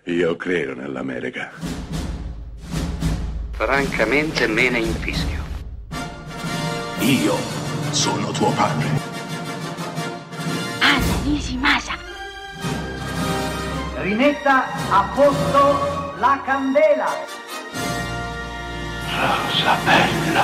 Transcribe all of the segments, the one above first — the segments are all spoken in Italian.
Io credo nell'America. Francamente me ne infischio. Io sono tuo padre. Anna Nishimasa. Rimetta a posto la candela. Rosa bella.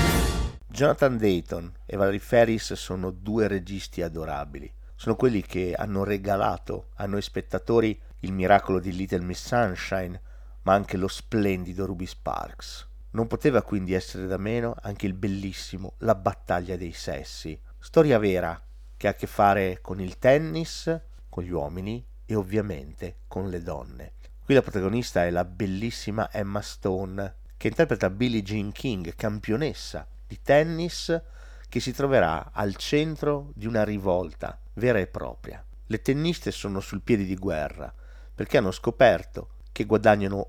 Jonathan Dayton e Valerie Faris sono due registi adorabili. Sono quelli che hanno regalato a noi spettatori il miracolo di Little Miss Sunshine, ma anche lo splendido Ruby Sparks. Non poteva quindi essere da meno anche il bellissimo La battaglia dei sessi, storia vera che ha a che fare con il tennis, con gli uomini e ovviamente con le donne. Qui la protagonista è la bellissima Emma Stone, che interpreta Billie Jean King, campionessa di tennis, che si troverà al centro di una rivolta vera e propria. Le tenniste sono sul piede di guerra perché hanno scoperto che guadagnano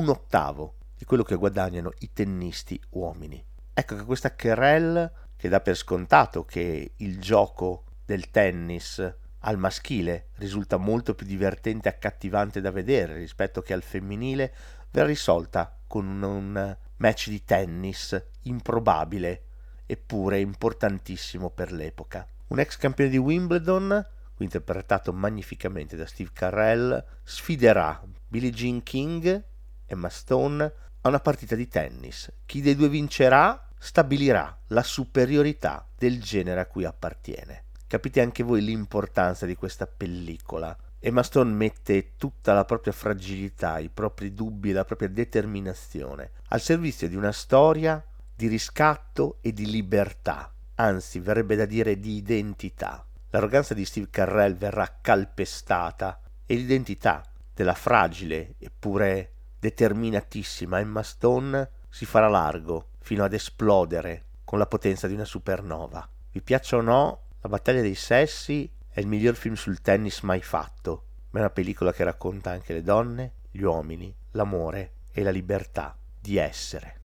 1/8 di quello che guadagnano i tennisti uomini. Ecco che questa querelle, che dà per scontato che il gioco del tennis al maschile risulta molto più divertente e accattivante da vedere rispetto che al femminile, verrà risolta con un match di tennis improbabile eppure importantissimo per l'epoca. Un ex campione di Wimbledon, qui interpretato magnificamente da Steve Carell, sfiderà Billie Jean King, Emma Stone, a una partita di tennis. Chi dei due vincerà stabilirà la superiorità del genere a cui appartiene. Capite anche voi l'importanza di questa pellicola. Emma Stone mette tutta la propria fragilità, i propri dubbi e la propria determinazione al servizio di una storia di riscatto e di libertà, anzi verrebbe da dire di identità. L'arroganza di Steve Carell verrà calpestata e l'identità della fragile eppure determinatissima Emma Stone si farà largo fino ad esplodere con la potenza di una supernova. Vi piaccia o no, La battaglia dei sessi è il miglior film sul tennis mai fatto, ma è una pellicola che racconta anche le donne, gli uomini, l'amore e la libertà di essere.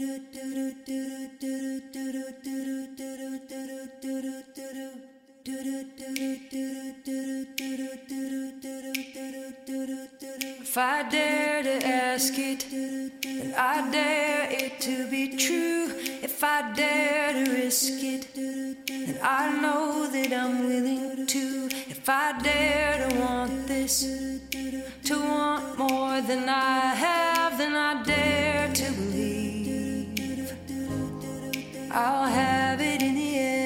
If I dare to ask it, then I dare it to be true. If I dare to risk it, then I know that I'm willing to. If I dare to want this, to want more than I have, then I dare to believe I'll have it in the end.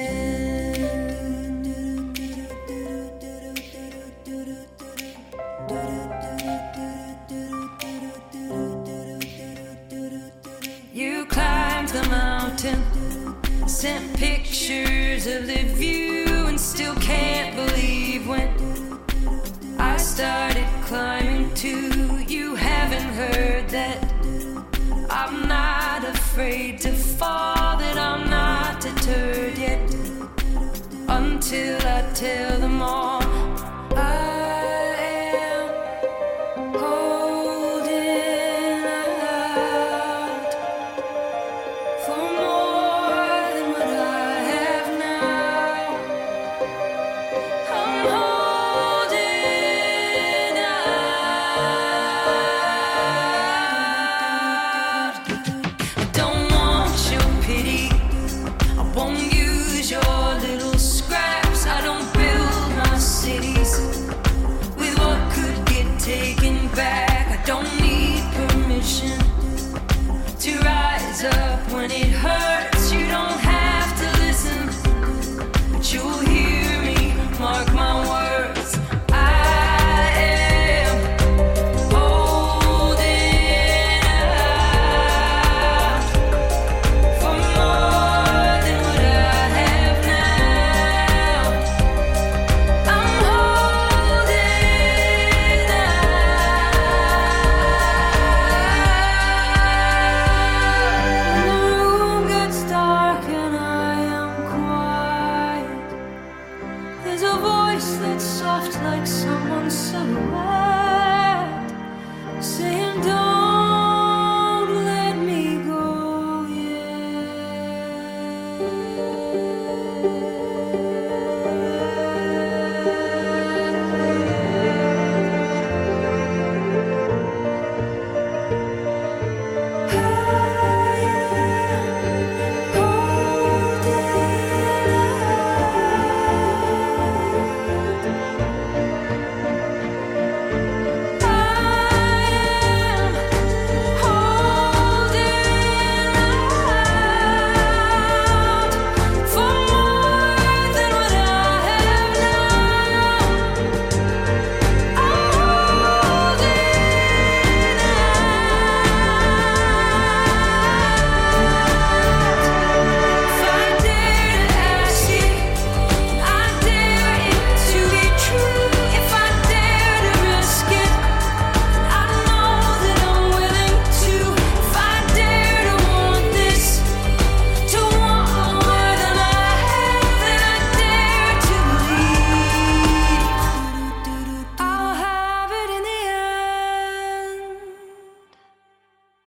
You climbed the mountain, sent pictures of the view, and still can't believe when I started climbing too. You haven't heard that I'm not afraid to fall, that I'm not deterred yet, until I tell them all I am.